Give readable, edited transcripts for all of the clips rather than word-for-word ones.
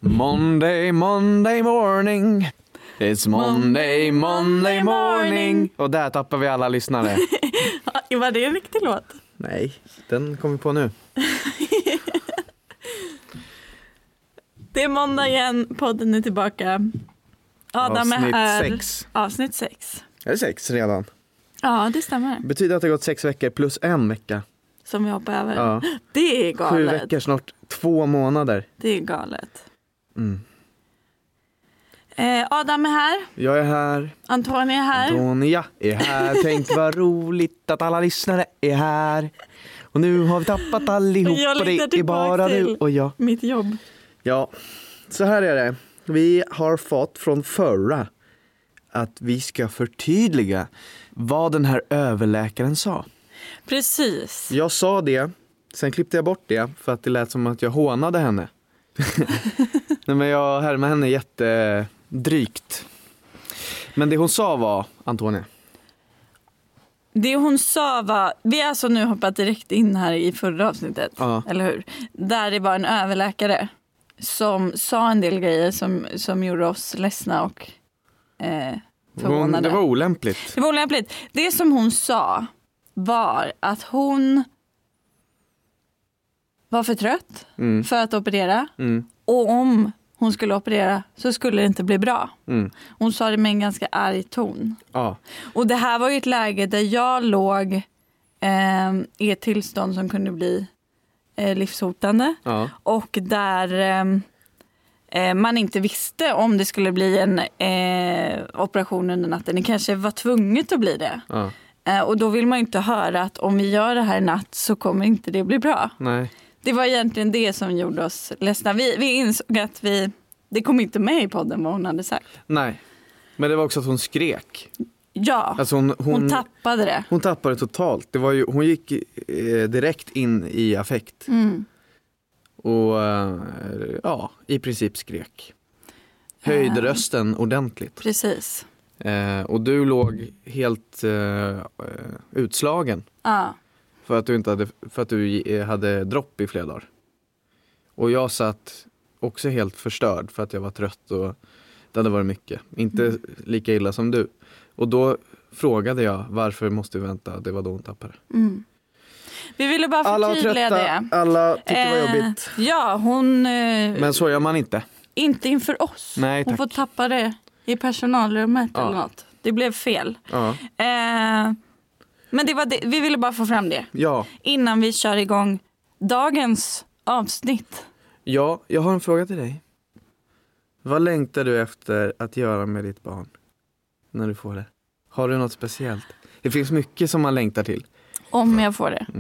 Monday, Monday morning. It's Monday, Monday morning. Och där tappar vi alla lyssnare. Var det en riktig låt? Nej, den kommer på nu. Det är måndag igen, podden är tillbaka. Adam Avsnitt är här. 6. Avsnitt 6. Är det 6 redan? Ja, det stämmer. Betyder att det har gått 6 veckor plus en vecka. Som vi hoppar över. Ja. Det är 7 galet. veckor, snart 2 månader. Det är galet. Mm. Adam är här. Jag är här. Antonia är här. Antonia är här. Tänk vad roligt att alla lyssnare är här. Och nu har vi tappat allihop. Jag Och det längtar är bara tillbaka du och jag. Mitt jobb. Ja, så här är det. Vi har fått från förra att vi ska förtydliga vad den här överläkaren sa. Precis. Jag sa det, sen klippte jag bort det för att det lät som att jag hånade henne. Nej, men jag härmade henne jättedrygt. Men det hon sa var, Antonia. Det hon sa var, vi har alltså nu hoppat direkt in här i förra avsnittet, Ja. eller hur? Där det var en överläkare som sa en del grejer som gjorde oss ledsna och förvånade. Det var olämpligt. Det var olämpligt. Det som hon sa var att hon var för trött för att operera. Mm. Och om hon skulle operera så skulle det inte bli bra. Mm. Hon sa det med en ganska arg ton. Ja. Och det här var ju ett läge där jag låg i ett tillstånd som kunde bli livshotande. Ja. Och där man inte visste om det skulle bli en operation under natten. Det kanske var tvunget att bli det. Ja. Och då vill man inte höra att om vi gör det här i natt så kommer inte det bli bra. Nej. Det var egentligen det som gjorde oss ledsna. Vi insåg att det kom inte med i podden vad hon hade sagt. Nej. Men det var också att hon skrek. Ja, Alltså hon tappade det. Hon tappade totalt. Det var ju, hon gick direkt in i affekt. Mm. Och ja, i princip skrek. Höjde rösten ordentligt. Precis. Och du låg helt utslagen. Ja. För att du hade dropp i flera dagar. Och jag satt också helt förstörd för att jag var trött och det hade varit mycket. Inte lika illa som du. Och då frågade jag varför måste vi vänta. Det var då hon tappade. Mm. Vi ville bara förtydliga det. Alla tyckte det var jobbigt. Ja, hon... Men så gör man inte. Inte inför oss. Nej, hon tack. får tappa det i personalrummet Ja. eller något. Det blev fel. Ja. Men det var det. Vi ville bara få fram det. Ja. Innan vi kör igång dagens avsnitt. Ja, jag har en fråga till dig. Vad längtar du efter att göra med ditt barn när du får det? Har du något speciellt? Det finns mycket som man längtar till. Om jag får det.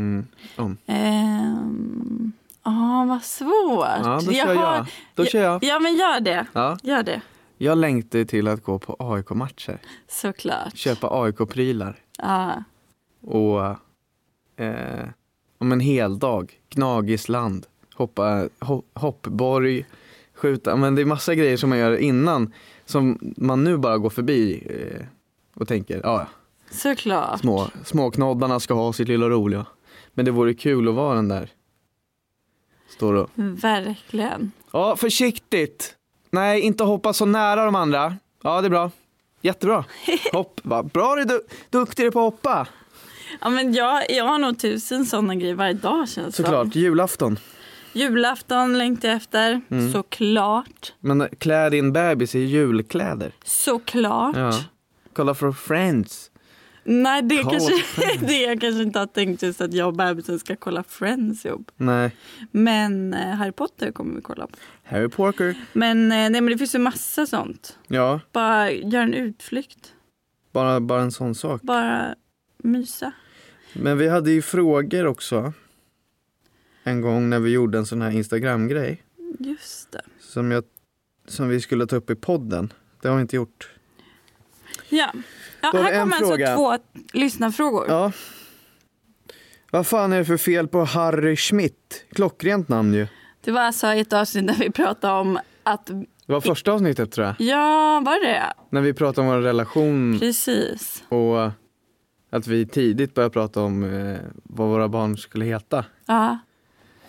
Vad svårt. Ja, då kör jag. Då kör jag. Ja, men gör det. Ja. Gör det. Jag längtar till att gå på AIK-matcher. Såklart. Köpa AIK-prylar. Ja. Och om en hel dag. Gnagisland. Hoppborg. Skjuta. Men det är massa grejer som man gör innan. Som man nu bara går förbi och tänker, ja. Såklart. Småknoddarna ska ha sitt lilla roliga. Men det vore kul att vara den där. Står då. Verkligen. Ja, försiktigt. Nej, inte hoppa så nära de andra. Ja, det är bra. Jättebra. Hopp. Bra, du är duktig på att hoppa. Ja, men jag har nog 1000 sådana grejer varje dag, känns det. Såklart, julafton. Julafton längtar jag efter. Såklart. Men klä din bebis i julkläder. Såklart. Ja. Kolla för Friends. Nej, det jag kanske inte har tänkt just att jag och bebisen ska kolla Friends ihop. Nej. Men Harry Potter kommer vi kolla på. Harry Potter. Men det finns ju massa sånt. Ja, Bara gör en utflykt. bara en sån sak. Bara mysa. Men vi hade ju frågor också. En gång när vi gjorde en sån här Instagram-grej. Just det. Som vi skulle ta upp i podden. Det har vi inte gjort. Ja, Då har vi här kommer en fråga. alltså 2 lyssnarfrågor. Ja. Vad fan är det för fel på Harry Schmidt? Klockrent namn ju. Det var alltså ett avsnitt där vi pratade om att... Det var första avsnittet, tror jag. Ja, var det? När vi pratade om vår relation. Precis. Och att vi tidigt började prata om vad våra barn skulle heta. Ja.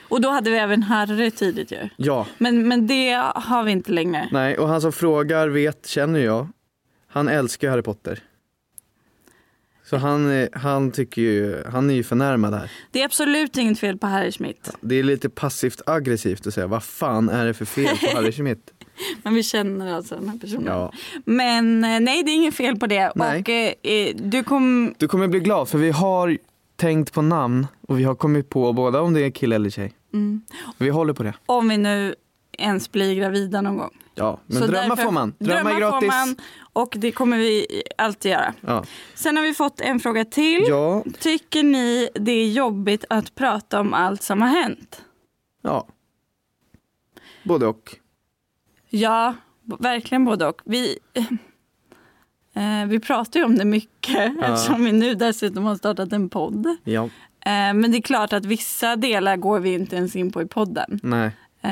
Och då hade vi även Harry tidigt ju. Ja. Men det har vi inte längre. Nej, och han som frågar känner jag. Han älskar Harry Potter. Så han tycker ju, han är ju förnärmad här. Det är absolut inget fel på Harry Schmidt. Det är lite passivt aggressivt att säga, vad fan är det för fel på Harry Schmidt? Men vi känner alltså den här personen. Ja. Men nej, det är inget fel på det. Nej. Och Du kommer bli glad, för vi har tänkt på namn och vi har kommit på båda om det är kille eller tjej. Vi håller på det. Om vi nu ens blir gravida någon gång. Ja, men Så drömmar får man. Drömmar är gratis. Får man, och det kommer vi alltid göra. Ja. Sen har vi fått en fråga till. Ja. Tycker ni det är jobbigt att prata om allt som har hänt? Ja. Både och. Ja, verkligen både och. Vi pratar ju om det mycket eftersom vi nu dessutom har startat en podd. Ja. Men det är klart att vissa delar går vi inte ens in på i podden. Nej.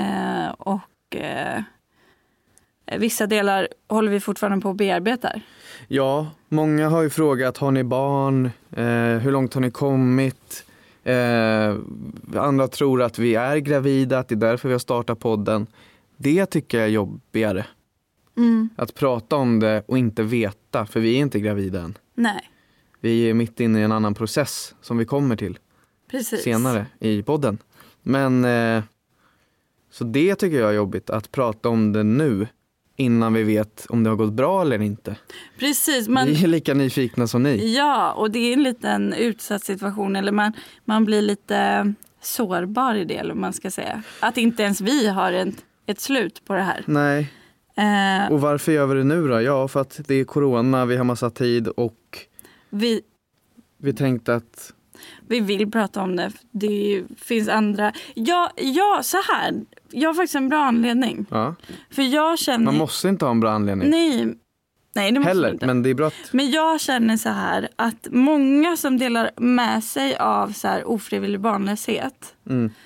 Vissa delar håller vi fortfarande på att bearbeta. Ja, många har ju frågat, har ni barn? Hur långt har ni kommit? Andra tror att vi är gravida, att det är därför vi har startat podden. Det tycker jag är jobbigare. Att prata om det och inte veta, för vi är inte gravida än. Nej. Vi är mitt inne i en annan process som vi kommer till senare i podden. Men så det tycker jag är jobbigt, att prata om det nu innan vi vet om det har gått bra eller inte. Precis. Men vi är lika nyfikna som ni. Ja, och det är en liten utsatt situation. Eller man blir lite sårbar i det, eller man ska säga. Att inte ens vi har ett slut på det här. Nej. Och varför gör vi det nu då? Ja, för att det är corona, vi har massa tid och vi tänkte att vi vill prata om det. Det finns andra. Ja, så här. Jag har faktiskt en bra anledning. Ja. För jag känner... Man måste inte ha en bra anledning. Nej, det måste heller, man inte. Men det är bra att... Men jag känner så här att många som delar med sig av så här ofrivillig barnlöshet.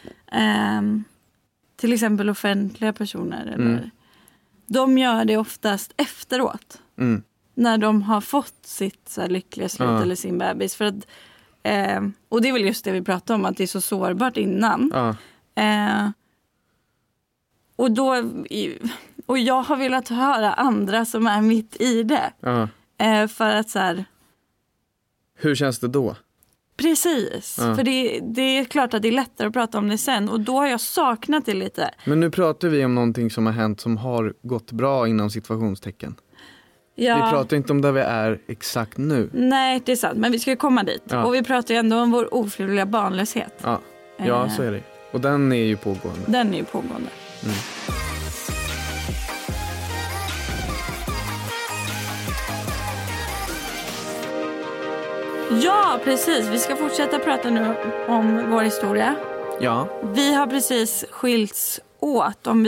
Till exempel offentliga personer. Eller, de gör det oftast efteråt. När de har fått sitt så här lyckliga slut eller sin bebis. För att, och det är väl just det vi pratar om, att det är så sårbart innan. Och jag har velat höra andra som är mitt i det. För att så här... Hur känns det då? Precis. För det är klart att det är lättare att prata om det sen. Och då har jag saknat det lite. Men nu pratar vi om någonting som har hänt som har gått bra inom situationstecken. Ja. Vi pratar inte om där vi är exakt nu. Nej, det är sant. Men vi ska komma dit. Ja. Och vi pratar ju ändå om vår ofrivilliga barnlöshet. Ja, så är det. Och den är ju pågående. Den är ju pågående. Ja, precis. Vi ska fortsätta prata nu om vår historia. Ja. Vi har precis skilts åt. Om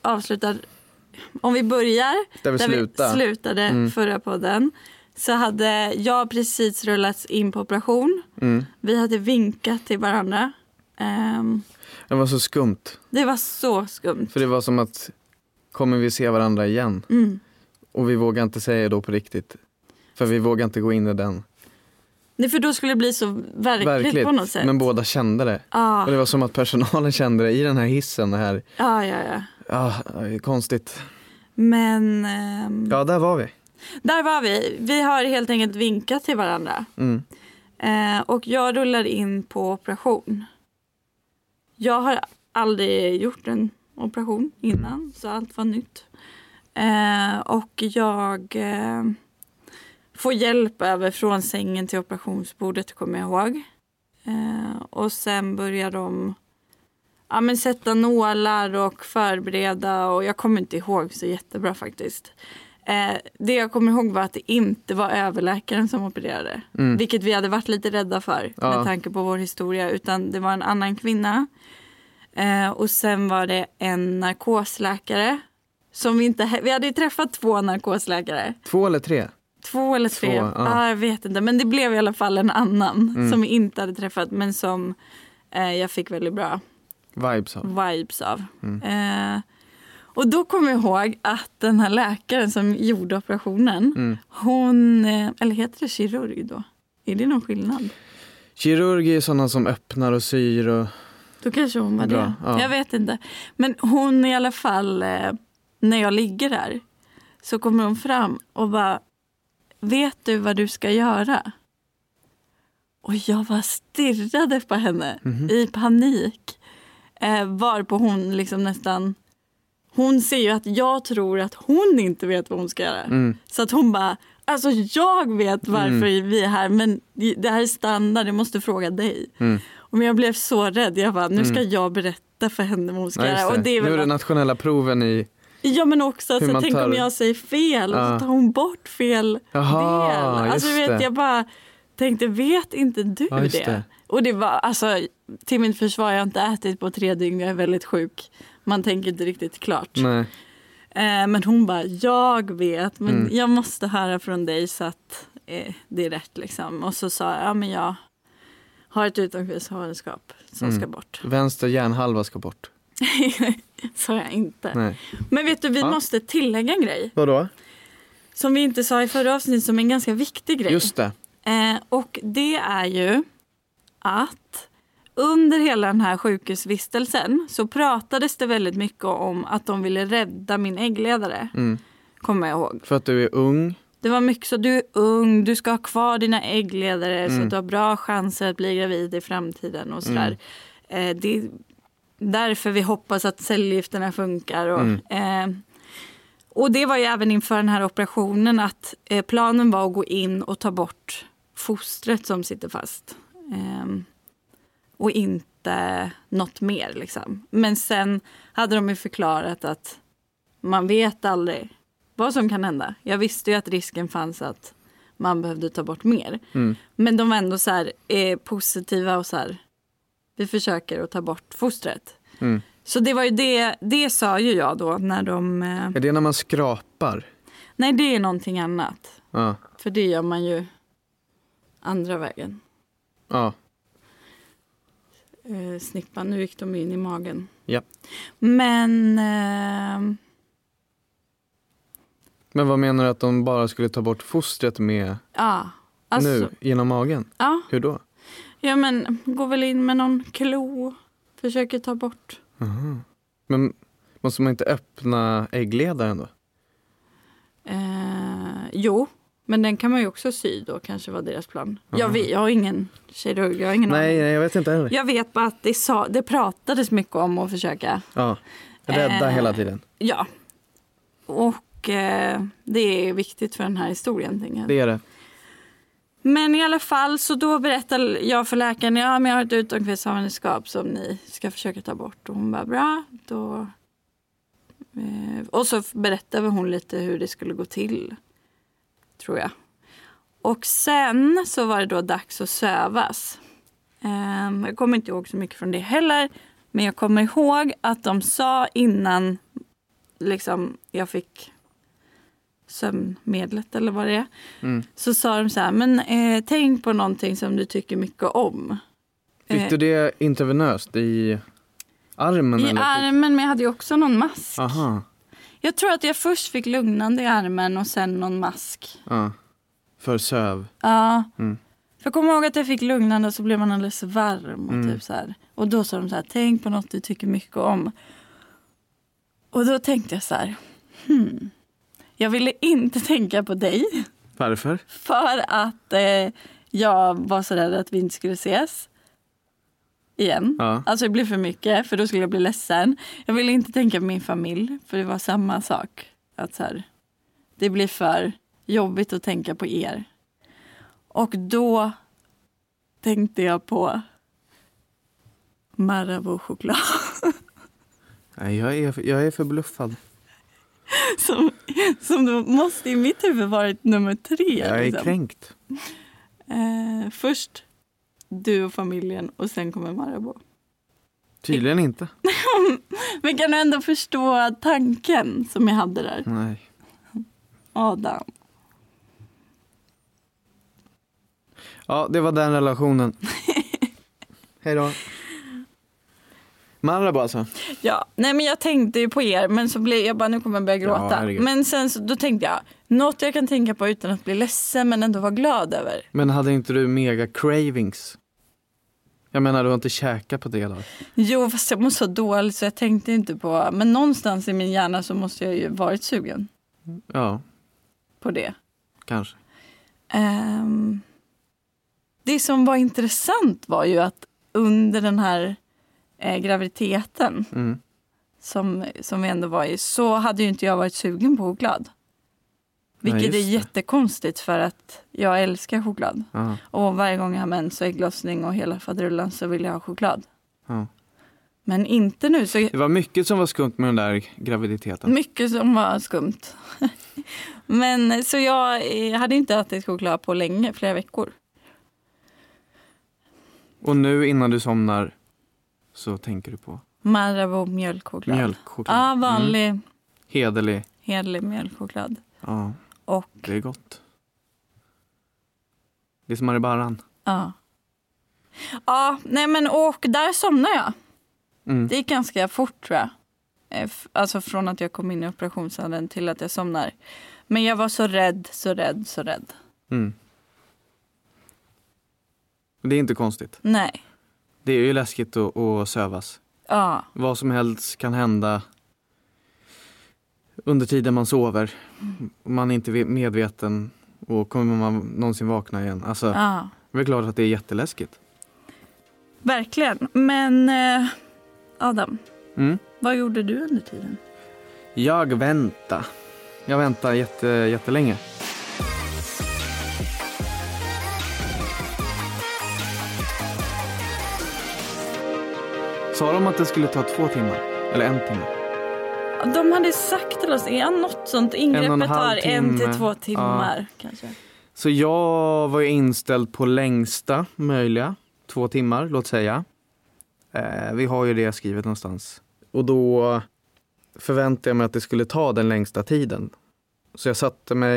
vi börjar där vi slutade förra podden, så hade jag precis rullats in på operation. Vi hade vinkat till varandra. Det var så skumt. Det var så skumt. För det var som att, kommer vi se varandra igen? Och vi vågar inte säga då på riktigt. För vi vågar inte gå in i den. Nej, för då skulle det bli så verkligt på något sätt. Men båda kände det. Och det var som att personalen kände det i den här hissen. Det här. Ja, konstigt. Men... ja, där var vi. Där var vi. Vi har helt enkelt vinkat till varandra. Och jag rullar in på operation. Jag har aldrig gjort en operation innan, så allt var nytt. Och jag får hjälp över från sängen till operationsbordet, kommer jag ihåg. Och sen börjar de sätta nålar och förbereda, och jag kommer inte ihåg så jättebra faktiskt. Det jag kommer ihåg var att det inte var överläkaren som opererade. Vilket vi hade varit lite rädda för med tanke på vår historia. Utan det var en annan kvinna. Och sen var det en narkosläkare. Som vi hade ju träffat 2 narkosläkare. 2 eller 3? 2 eller 3. Jag vet inte. Men det blev i alla fall en annan. Som vi inte hade träffat. Men som jag fick väldigt bra vibes av. Och då kommer jag ihåg att den här läkaren som gjorde operationen, hon, eller heter det kirurg då? Är det någon skillnad? Kirurg är sådana som öppnar och syr och Då kanske hon var Bra, det. ja. Jag vet inte. Men hon i alla fall, när jag ligger där så kommer hon fram och bara, vet du vad du ska göra? Och jag bara stirrade på henne i panik. Varpå hon liksom nästan... Hon ser ju att jag tror att hon inte vet vad hon ska göra. Så att hon bara, alltså jag vet varför vi är här, men det här är standard, jag måste fråga dig. Och jag blev så rädd, jag bara, nu ska jag berätta för henne vad hon ska göra. Och det är nu väl är det nationella proven i... Ja, men också, så tänk om jag säger fel och så tar hon bort fel del. Alltså jag bara tänkte, vet inte du det? Och det var, alltså, till min försvar, jag har inte ätit på 3 dygn, jag är väldigt sjuk. Man tänker inte riktigt klart. Nej. Men hon bara, jag vet, men jag måste höra från dig så att det är rätt liksom. Och så sa jag, ja men jag har ett utomkvedshavandeskap som ska bort. Vänster hjärnhalva ska bort. Sa jag inte. Nej. Men vet du, vi måste tillägga en grej. Vadå? Som vi inte sa i förra avsnittet, som är en ganska viktig grej. Just det. Och det är ju att under hela den här sjukhusvistelsen så pratades det väldigt mycket om att de ville rädda min äggledare. Kommer jag ihåg. För att du är ung. Det var mycket så, du är ung, du ska ha kvar dina äggledare så att du har bra chanser att bli gravid i framtiden och sådär. Det är därför vi hoppas att cellgifterna funkar. Och det var ju även inför den här operationen att planen var att gå in och ta bort fostret som sitter fast. Och inte något mer liksom. Men sen hade de ju förklarat att man vet aldrig vad som kan hända. Jag visste ju att risken fanns att man behövde ta bort mer. Men de var ändå så här positiva och så här, vi försöker att ta bort fostret. Så det var ju det sa ju jag då när de... Är det när man skrapar? Nej, det är någonting annat. Ja. För det gör man ju andra vägen. Ja. Snippa, nu gick de in i magen. Ja. Men... Men vad menar du att de bara skulle ta bort fostret med alltså, nu genom magen? Ja. Hur då? Ja, men gå väl in med någon klo. Försöker ta bort. Men måste man inte öppna äggledaren då? Jo, men den kan man ju också sy då, kanske var deras plan. Jag har ingen kirurg, jag har ingen aning. Nej, jag vet inte heller. Jag vet bara att det pratades mycket om att försöka. Ja, rädda hela tiden. Ja, och det är viktigt för den här historien, tänker jag. Det är det. Men i alla fall så då berättade jag för läkaren, ja men jag har ett utomkvedshavandeskap som ni ska försöka ta bort. Och hon bara, bra, då... Och så berättade hon lite hur det skulle gå till, tror jag. Och sen så var det då dags att sövas. Jag kommer inte ihåg så mycket från det heller. Men jag kommer ihåg att de sa innan liksom, jag fick sömnmedlet eller vad det är. Så sa de så här, men tänk på någonting som du tycker mycket om. Fick du det intravenöst i armen? I armen, men jag hade ju också någon mask. Aha. Jag tror att jag först fick lugnande i armen och sen någon mask. Ja, för söv. Ja, för jag kommer ihåg att jag fick lugnande och så blev man alldeles varm. Och, typ så här. Och då sa de så här, tänk på något du tycker mycket om. Och då tänkte jag så här, jag ville inte tänka på dig. Varför? För att jag var så rädd att vi inte skulle ses igen. Ja. Alltså det blev för mycket, för då skulle jag bli ledsen. Jag ville inte tänka på min familj, för det var samma sak. Att så här, det blir för jobbigt att tänka på er. Och då tänkte jag på Marabou-choklad. Nej, jag är förbluffad. Som då måste i mitt huvud varit nummer 3. Jag är kränkt. Först du och familjen och sen kommer Marabou. Tydligen inte. Men kan du ändå förstå tanken som jag hade där? Nej. Adam. Ja, det var den relationen. Hej då. Marabou alltså. Ja, nej men jag tänkte ju på er, men så blev jag bara, nu kommer jag börja gråta. Ja, men sen så, då tänkte jag, något jag kan tänka på utan att bli ledsen men ändå vara glad över. Men hade inte du mega cravings Jag menar, du har inte käkat på 3 dagar. Jo, fast jag mår så dåligt så jag tänkte inte på... Men någonstans i min hjärna så måste jag ju varit sugen. Ja. På det. Kanske. Det som var intressant var ju att under den här graviditeten som vi ändå var i, så hade ju inte jag varit sugen på choklad. Vilket är jättekonstigt för att jag älskar choklad. Aha. Och varje gång jag har mens och ägglossning och hela faderullan så vill jag ha choklad. Ja. Men inte nu. Så det var mycket som var skumt med den där graviditeten. Mycket som var skumt. Men så jag hade inte ätit choklad på länge, flera veckor. Och nu innan du somnar så tänker du på? Marabou mjölkchoklad. Mjölkchoklad. Ja, vanlig. Hederlig mjölkchoklad. Ja, och det är gott. Det är som Maribaran. Ja. Ja, nej men och där somnar jag. Det gick ganska fort tror jag. Alltså från att jag kom in i operationssalen till att jag somnar. Men jag var så rädd. Det är inte konstigt. Nej. Det är ju läskigt att sövas. Ja. Vad som helst kan hända under tiden man sover. Man är inte medveten och kommer man någonsin vakna igen. Alltså, det är klart att det är jätteläskigt. Verkligen. Men Adam, vad gjorde du under tiden? Jag väntade jättelänge. Sa de att det skulle ta 2 timmar? Eller 1 timme? De hade sagt till oss, något sånt ingreppet tar 1 till 2 timmar kanske. Så jag var ju inställd på längsta möjliga 2 timmar, låt säga. Vi har ju det skrivet någonstans. Och då förväntade jag mig att det skulle ta den längsta tiden. Så jag satte mig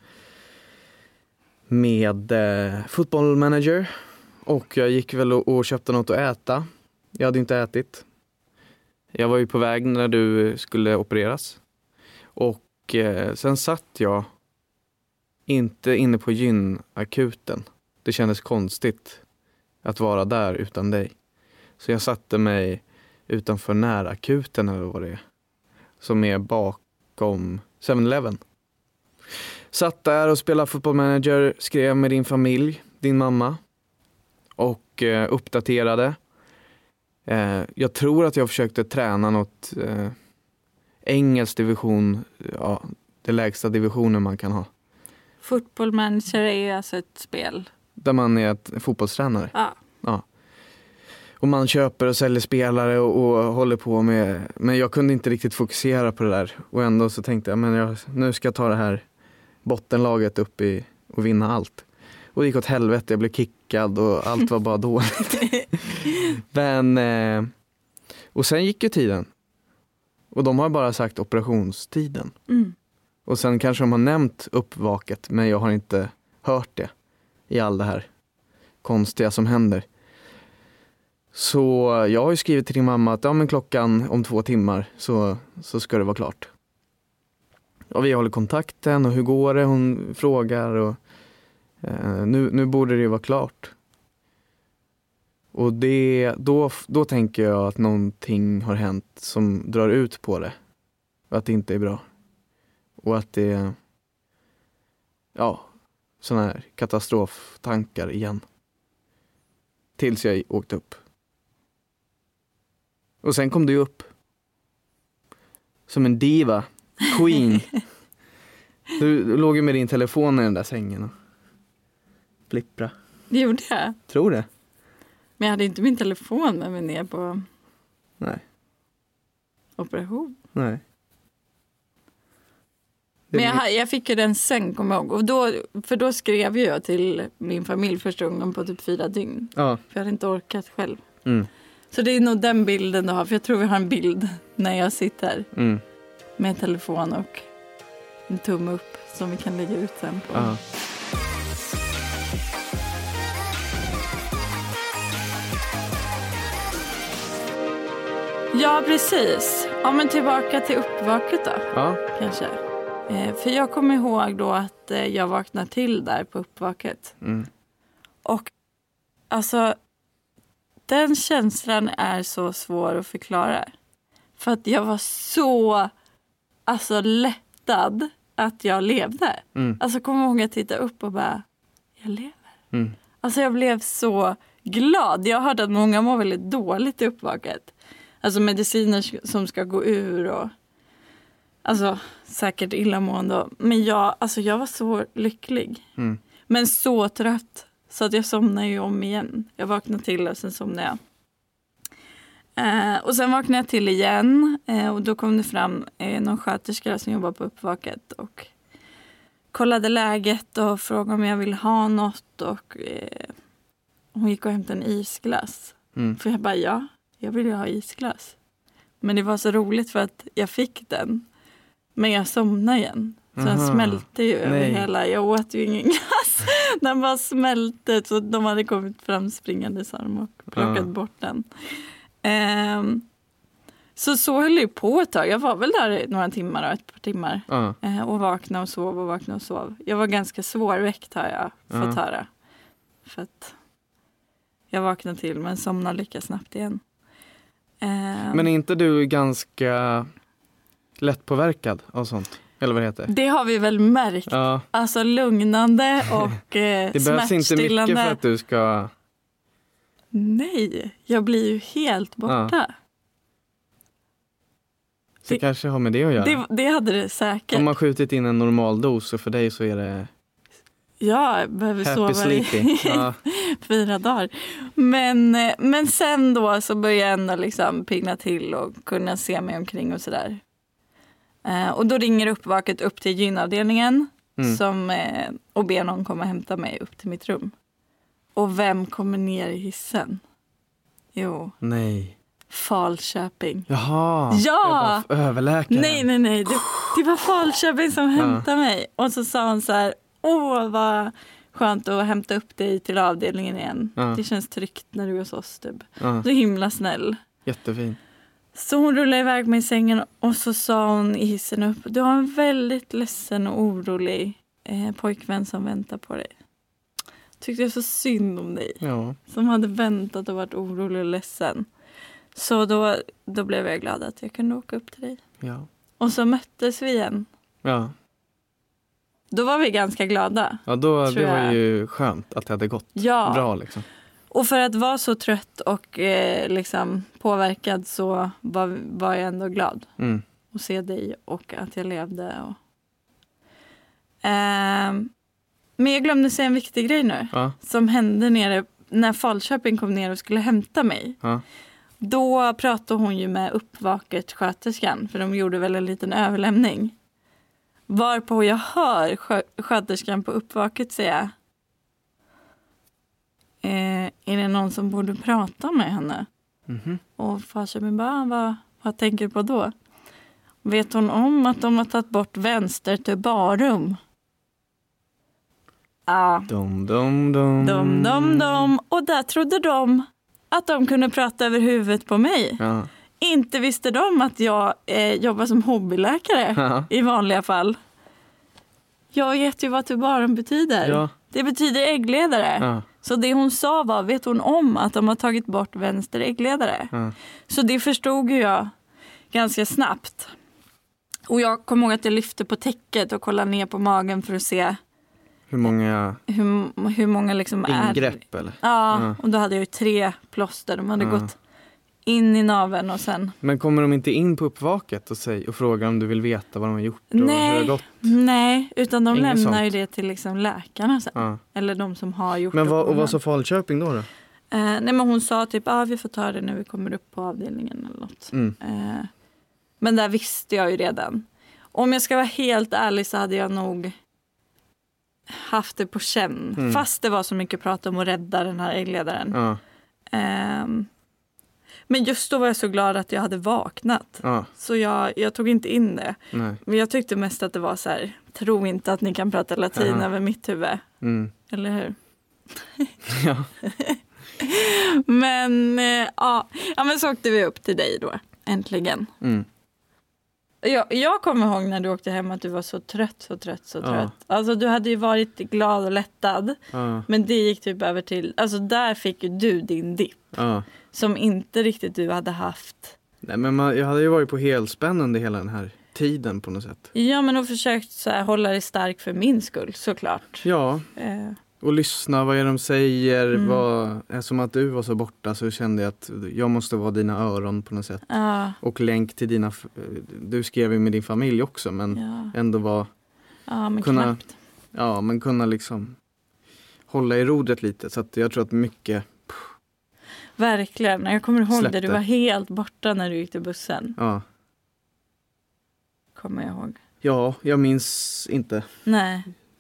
med Football Manager. Och jag gick väl och köpte något att äta. Jag hade inte ätit. Jag var ju på väg när du skulle opereras. Och sen satt jag inte inne på gynakuten. Det kändes konstigt att vara där utan dig. Så jag satte mig utanför närakuten eller vad det är. Som är bakom 7-Eleven. Satt där och spelade Football Manager. Skrev med din familj, din mamma. Och uppdaterade. Jag tror att jag försökte träna något engelsk division. Ja, det lägsta divisionen man kan ha. Football Manager är ju alltså ett spel. Där man är ett fotbollstränare. Ja. Och man köper och säljer spelare och håller på med. Men jag kunde inte riktigt fokusera på det där. Och ändå så tänkte jag, nu ska jag ta det här bottenlaget upp och vinna allt. Och det gick åt helvete, jag blev kickad och allt var bara dåligt. Men, och sen gick ju tiden. Och de har bara sagt operationstiden. Och sen kanske de har nämnt uppvaket, men jag har inte hört det i all det här konstiga som händer. Så jag har ju skrivit till din mamma att men klockan om 2 timmar så ska det vara klart. Och vi håller kontakten och hur går det? Hon frågar och nu borde det vara klart. Och då tänker jag att någonting har hänt som drar ut på det. Och att det inte är bra. Och att det är såna här katastroftankar igen. Tills jag åkte upp. Och sen kom du upp. Som en diva. Queen. Du låg ju med din telefon i den där sängen och flippra. Det gjorde jag. Tror det. Men jag hade inte min telefon med mig ner på operation. Nej. Men jag fick ju den säng, kommer jag ihåg. Och då skrev jag till min familj första gången på typ 4 dygn. Ja. För jag hade inte orkat själv. Så det är nog den bilden du har. För jag tror vi har en bild när jag sitter med en telefon och en tumme upp som vi kan lägga ut sen på. Ja. Ja, precis. Ja, men tillbaka till uppvaket då. Ja. Kanske. För jag kommer ihåg då att jag vaknade till där på uppvaket. Och alltså den känslan är så svår att förklara. För att jag var så lättad att jag levde. Alltså kommer ihåg att titta upp och bara, jag lever. Alltså jag blev så glad. Jag hörde att många mår väldigt dåligt i uppvaket. Alltså mediciner som ska gå ur och alltså säkert illamående. Men jag var så lycklig. Men så trött. Så att jag somnade ju om igen. Jag vaknade till och sen somnade jag. Och sen vaknade jag till igen. Och då kom det fram någon sköterska som jobbar på uppvaket. Och kollade läget och frågade om jag ville ha något. Och hon gick och hämtade en isglass. För jag bara, ja, jag vill ju ha isglass. Men det var så roligt för att jag fick den. Men jag somnade igen. Så den smälte ju över hela. Jag åt ju ingen glass. Den bara smälte. Så de hade kommit fram springande och plockat bort den. Så höll jag på ett tag. Jag var väl där några timmar och ett par timmar. Och vaknade och sov. Jag var ganska svårväckt har jag fått höra. För att jag vaknade till men somnade lika snabbt igen. Men är inte du ganska lättpåverkad av sånt? Eller vad det heter? Det har vi väl märkt. Ja. Alltså lugnande och det behövs inte mycket för att du ska... Nej, jag blir ju helt borta. Ja. Så det kanske har med det att göra. Det hade det säkert. Om man skjutit in en normal dos så för dig så är det... Ja, jag behöver sova i 4 dagar. Men sen då så började jag ändå liksom pigna till och kunna se mig omkring och sådär. Och då ringer uppvaket upp till gynavdelningen och ber någon komma och hämta mig upp till mitt rum. Och vem kommer ner i hissen? Jo. Nej. Falköping. Jaha. Ja. Jag var överläkaren. Nej. Det var Falköping som hämtade mig. Och så sa hon så här, åh vad skönt att hämta upp dig till avdelningen igen. Det känns tryggt när du är hos oss typ. Så himla snäll. Jättefin. Så hon rullade iväg mig i sängen och så sa hon i hissen upp, du har en väldigt ledsen och orolig pojkvän som väntar på dig. Tyckte jag så synd om dig. Ja. Som hade väntat och varit orolig och ledsen. Så då blev jag glad att jag kunde åka upp till dig. Ja. Och så möttes vi igen. Ja. Då var vi ganska glada. Ja, det var ju skönt att det hade gått bra liksom. Och för att vara så trött och liksom påverkad så var jag ändå glad. Att se dig och att jag levde. Men jag glömde säga en viktig grej nu. Som hände nere när Falköping kom ner och skulle hämta mig. Då pratade hon ju med uppvaket sköterskan. För de gjorde väl en liten överlämning. Varpå jag hör sköterskan på uppvaket säga, är det någon som borde prata med henne? Och Falköping bara, vad tänker du på då? Vet hon om att de har tagit bort vänster till barum? Ja. Dom. Och där trodde de att de kunde prata över huvudet på mig. Ja. Inte visste de att jag jobbar som hobbyläkare i vanliga fall. Jag vet ju vad tubarum betyder. Ja. Det betyder äggledare. Ja. Så det hon sa var, vet hon om att de har tagit bort vänster äggledare? Ja. Så det förstod jag ganska snabbt. Och jag kommer ihåg att jag lyfte på täcket och kollade ner på magen för att se hur många liksom ingrepp eller? Ja, och då hade jag ju 3 plåster. De hade gått in i naveln och sen... Men kommer de inte in på uppvaket och frågar om du vill veta vad de har gjort och hur det har gått? Nej, utan de lämnar ju det till liksom läkarna sen. Ja. Eller de som har gjort det. Men vad sa Falköping då? Nej, men hon sa typ, vi får ta det när vi kommer upp på avdelningen eller något. Men där visste jag ju redan. Om jag ska vara helt ärlig så hade jag nog haft det på känn. Fast det var så mycket prat om att rädda den här äggledaren. Ja. Men just då var jag så glad att jag hade vaknat. Ja. Så jag tog inte in det. Nej. Men jag tyckte mest att det var så här, tro inte att ni kan prata latin över mitt huvud. Eller hur? Ja. Men så åkte vi upp till dig då, äntligen. Jag kommer ihåg när du åkte hem att du var så trött. Alltså du hade ju varit glad och lättad. Men det gick typ över till, alltså där fick ju du din dipp. Som inte riktigt du hade haft. Nej, men jag hade ju varit på helspänn under hela den här tiden på något sätt. Ja, men och försökt så här, hålla dig stark för min skull, såklart. Ja, och lyssna vad är de säger. Som att du var så borta så kände jag att jag måste vara dina öron på något sätt. Och länk till dina, du skrev ju med din familj också, men ändå var men knappt. Ja, men kunna liksom hålla i rodret lite, så att jag tror att mycket verkligen, jag kommer ihåg släppte. det, du var helt borta när du gick till bussen. Ja. Kommer jag ihåg. Ja, jag minns inte. Nej.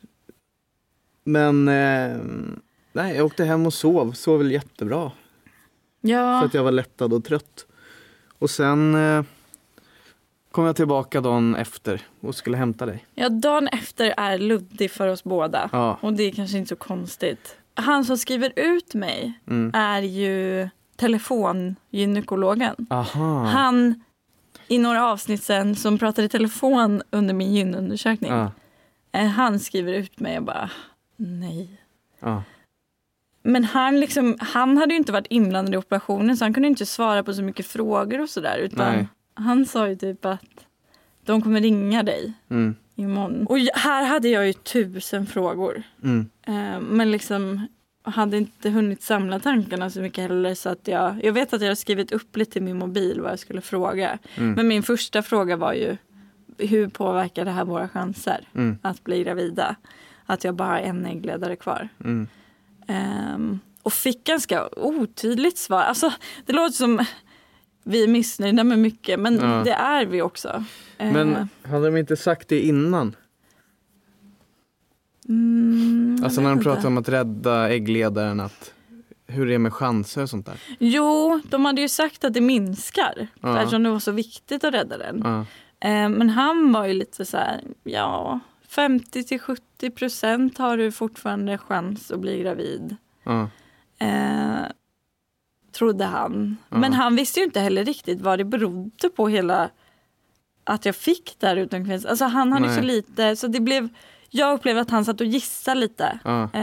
Men nej, jag åkte hem och sov väl jättebra. Ja. För att jag var lättad och trött. Och sen kom jag tillbaka dagen efter och skulle hämta dig. Ja, dagen efter är luddig för oss båda. Ja. Och det är kanske inte så konstigt. Han som skriver ut mig är ju telefongynekologen. Aha. Han, i några avsnitt sen, som pratade i telefon under min gynundersökning. Han skriver ut mig och bara, nej. Men han hade ju inte varit inblandad i operationen, så han kunde inte svara på så mycket frågor och sådär. Utan han sa ju typ att de kommer ringa dig imorgon. Och här hade jag ju 1000 frågor. Men liksom hade inte hunnit samla tankarna så mycket heller, så att jag vet att jag har skrivit upp lite i min mobil vad jag skulle fråga. Men min första fråga var ju, hur påverkar det här våra chanser att bli gravida? Att jag bara har en äggledare kvar. Och fick ganska otydligt svar. Alltså, det låter som vi är missnöjda med mycket, men det är vi också. Men hade de inte sagt det innan? Alltså när de pratar om att rädda äggledaren, att hur det är med chanser och sånt där. Jo, de hade ju sagt att det minskar. Eftersom det var så viktigt att rädda den. Men han var ju lite så här, 50-70% har du fortfarande chans att bli gravid. Trodde han. Men han visste ju inte heller riktigt vad det berodde på, hela att jag fick där utan kvinns. Alltså han hade så lite, så det blev, jag upplevde att han satt och gissade lite.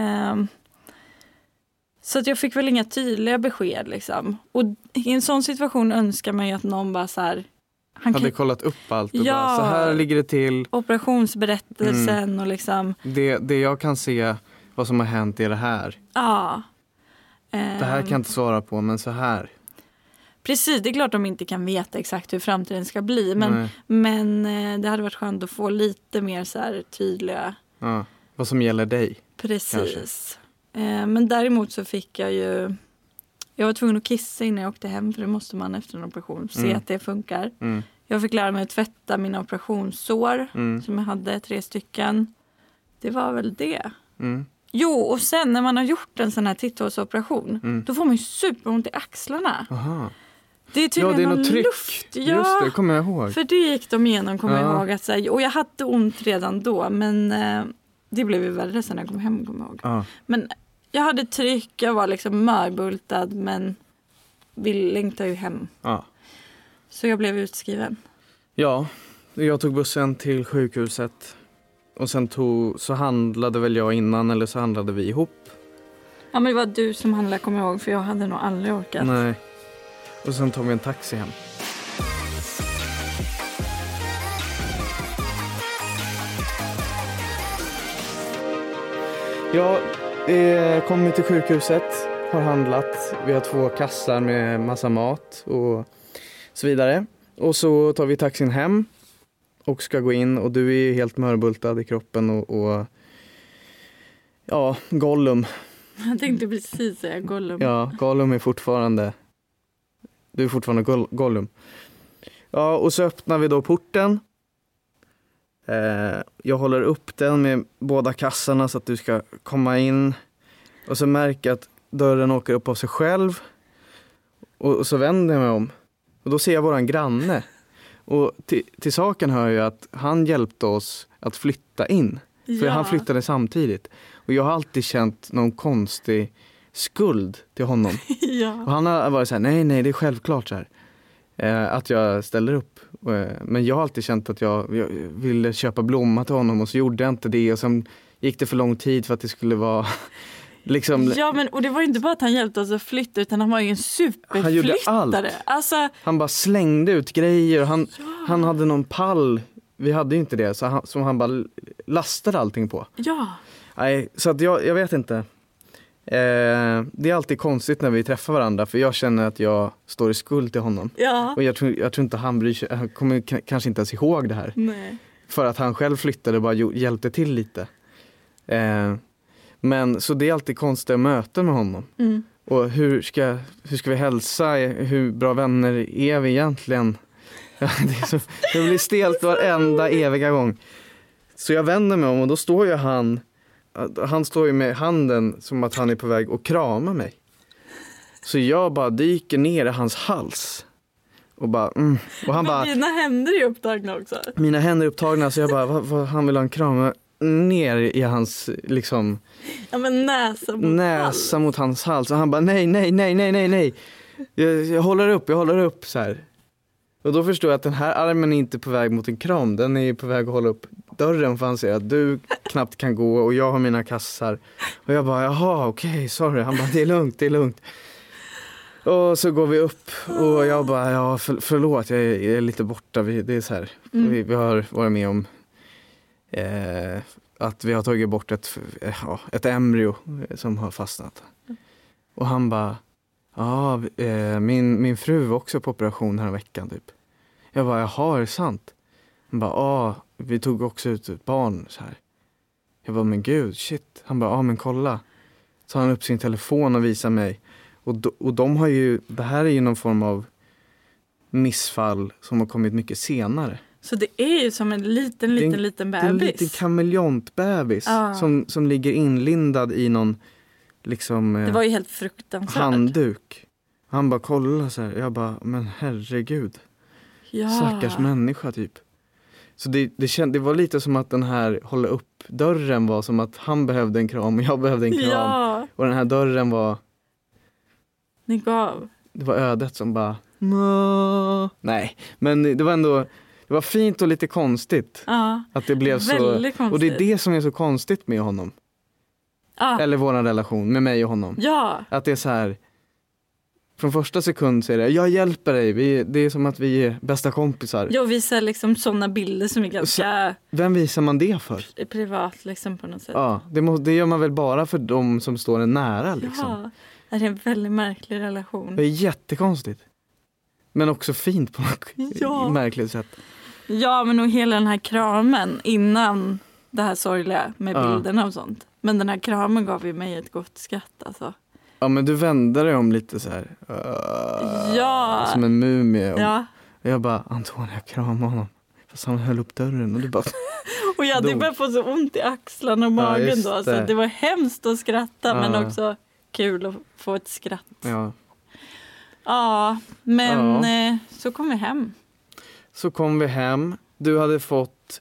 Så att jag fick väl inga tydliga besked liksom. Och i en sån situation önskar man ju att någon bara så här, han hade kollat upp allt och bara, så här ligger det till. Operationsberättelsen och liksom. Det jag kan se vad som har hänt är det här. Det här kan jag inte svara på, men så här. Precis, det är klart de inte kan veta exakt hur framtiden ska bli. Men det hade varit skönt att få lite mer så här tydliga. Vad som gäller dig. Precis. Men däremot så fick jag ju, jag var tvungen att kissa innan jag åkte hem, för det måste man efter en operation. Se att det funkar. Jag fick lära mig att tvätta mina operationssår som jag hade 3 stycken. Det var väl det. Jo, och sen när man har gjort en sån här titthålsoperation, då får man ju superont i axlarna. Det är tydligen det är något tryck. Luft. Just det, kommer jag ihåg. För det gick de igenom, kommer jag ihåg. Att, och jag hade ont redan då, men det blev ju värre sen när jag kom hem, kommer jag ihåg. Men jag hade tryck, jag var liksom mörbultad, men vi längtade ju hem. Så jag blev utskriven. Ja, jag tog bussen till sjukhuset. Och sen så handlade väl jag innan, eller så handlade vi ihop. Ja, men det var du som handlade, kommer jag ihåg, för jag hade nog aldrig orkat. Nej. Och sen tog vi en taxi hem. Jag kom till sjukhuset, har handlat. Vi har 2 kassar med massa mat och så vidare. Och så tar vi taxin hem och ska gå in. Och du är helt mörbultad i kroppen och ja, Gollum. Jag tänkte precis säga Gollum. Ja, Gollum är fortfarande... Du är fortfarande Gollum. Ja, och så öppnar vi då porten. Jag håller upp den med båda kassarna så att du ska komma in. Och så märker jag att dörren åker upp av sig själv. Och så vänder jag mig om. Och då ser jag våran granne. Och till saken hör jag att han hjälpte oss att flytta in. För han flyttade samtidigt. Och jag har alltid känt någon konstig skuld till honom. Och han har varit så här, nej, det är självklart så här. Att jag ställer upp. Men jag har alltid känt att jag ville köpa blomma till honom och så gjorde jag inte det. Och sen gick det för lång tid för att det skulle vara liksom... Ja, men och det var inte bara att han hjälpte oss att flytta utan han var ju en superflyttare. Han gjorde allt. Alltså... Han bara slängde ut grejer. Han hade någon pall. Vi hade ju inte det. Som han bara lastade allting på. Ja. Nej, så att jag vet inte. Det är alltid konstigt när vi träffar varandra. För jag känner att jag står i skuld till honom. Ja. Och jag tror inte han bryr sig. Han kommer kanske inte ens ihåg det här. Nej. För att han själv flyttade och bara hjälpte till lite. Men så det är alltid konstiga möten med honom. Mm. Och hur ska vi hälsa? Hur bra vänner är vi egentligen? Det blir stelt varenda eviga gång. Så jag vänder mig om och då står ju han står ju med handen som att han är på väg att krama mig. Så jag bara dyker ner i hans hals. Och bara, och han bara... Dina händer är upptagna också. Mina händer är upptagna så jag bara, vad han vill ha en kram ner i hans liksom... Ja, men näsa mot hans hals. Och han bara, nej. Jag håller upp så här. Och då förstår jag att den här armen är inte på väg mot en kram. Den är på väg att hålla upp dörren för han ser att du knappt kan gå och jag har mina kassar. Och jag bara, jaha, okej, sorry. Han bara, det är lugnt. Och så går vi upp och jag bara, ja förlåt, jag är lite borta. Det är så här, vi har varit med om att vi har tagit bort ett embryo som har fastnat. Och han bara, ja, min fru var också på operation här en veckan typ. Jag bara, jaha, är det sant? Han bara, vi tog också ut ett barn så här. Jag bara, men gud, shit. Han bara, men kolla. Så han upp sin telefon och visar mig. Och de har ju, det här är ju någon form av missfall som har kommit mycket senare. Så det är ju som en liten bebis. Det är en liten kameleontbebis som ligger inlindad i någon liksom... det var ju helt fruktansvärt. Handduk. Han bara kolla så här. Jag bara, men herregud. Ja. Stackars människa typ. Så det var lite som att den här hålla upp dörren var som att han behövde en kram och jag behövde en kram. Ja. Och den här dörren var... Ni gav. Det var ödet som bara... Nej, men det var ändå... Det var fint och lite konstigt. Ja, att det blev så... konstigt. Och det är det som är så konstigt med honom. Ja. Eller vår relation med mig och honom. Ja. Att det är så här... Från första sekund så är det, jag hjälper dig. Det är som att vi är bästa kompisar. Jag visar liksom sådana bilder som är ganska... Vem visar man det för? Privat liksom på något sätt. Ja, det gör man väl bara för de som står en nära liksom. Ja, det är en väldigt märklig relation. Det är jättekonstigt. Men också fint på något märkligt sätt. Ja, men och hela den här kramen innan det här sorgliga med bilderna och sånt. Men den här kramen gav ju mig ett gott skratt alltså. Ja, men du vände dig om lite så här. Som en mumie. Ja. Och jag bara, Antonija, krama honom. Fast han höll upp dörren och du bara... och jag hade börjat få så ont i axlarna och magen då. Så det var hemskt att skratta men också kul att få ett skratt. Ja. Ja, men så kom vi hem. Så kom vi hem. Du hade fått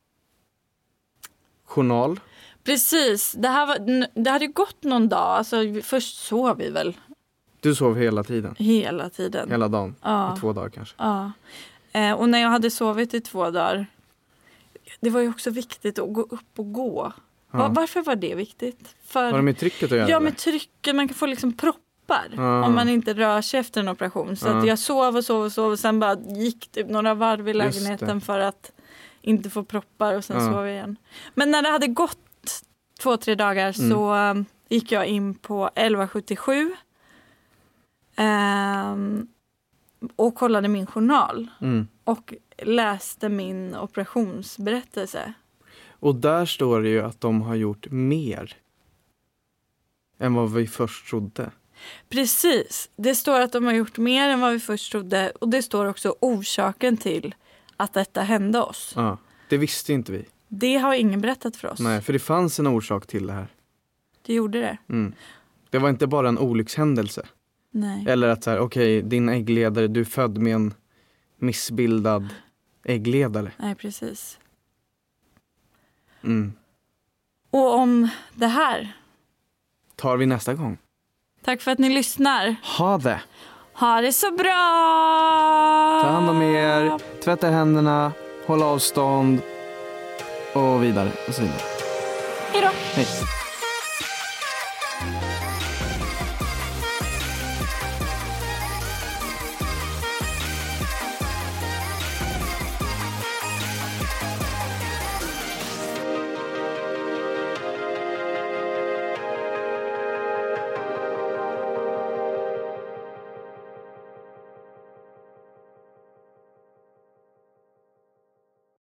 journal. Precis. Det hade gått någon dag. Alltså, först sov vi väl. Du sov hela tiden? Hela tiden. Hela dagen? Ja. I 2 dagar kanske? Ja. Och när jag hade sovit i 2 dagar. Det var ju också viktigt att gå upp och gå. Ja. Varför var det viktigt? Var det med trycket att göra? Ja, med trycket. Man kan få liksom proppar om man inte rör sig efter en operation. Så att jag sov och sen bara gick typ några varv i lägenheten för att inte få proppar och sen sov jag igen. Men när det hade gått 2-3 dagar så gick jag in på 1177 och kollade min journal och läste min operationsberättelse. Och där står det ju att de har gjort mer än vad vi först trodde. Precis, det står att de har gjort mer än vad vi först trodde och det står också orsaken till att detta hände oss. Ja, det visste inte vi. Det har ingen berättat för oss. Nej, för det fanns en orsak till det här. Det gjorde det. Det var inte bara en olyckshändelse. Nej. Eller att så här, okej, din äggledare, du är född med en missbildad äggledare. Nej, precis. Och om det här tar vi nästa gång. Tack för att ni lyssnar. Ha det! Ha det så bra! Ta hand om er, tvätta händerna, håll avstånd och vidare och så vidare. Hej då! Hej.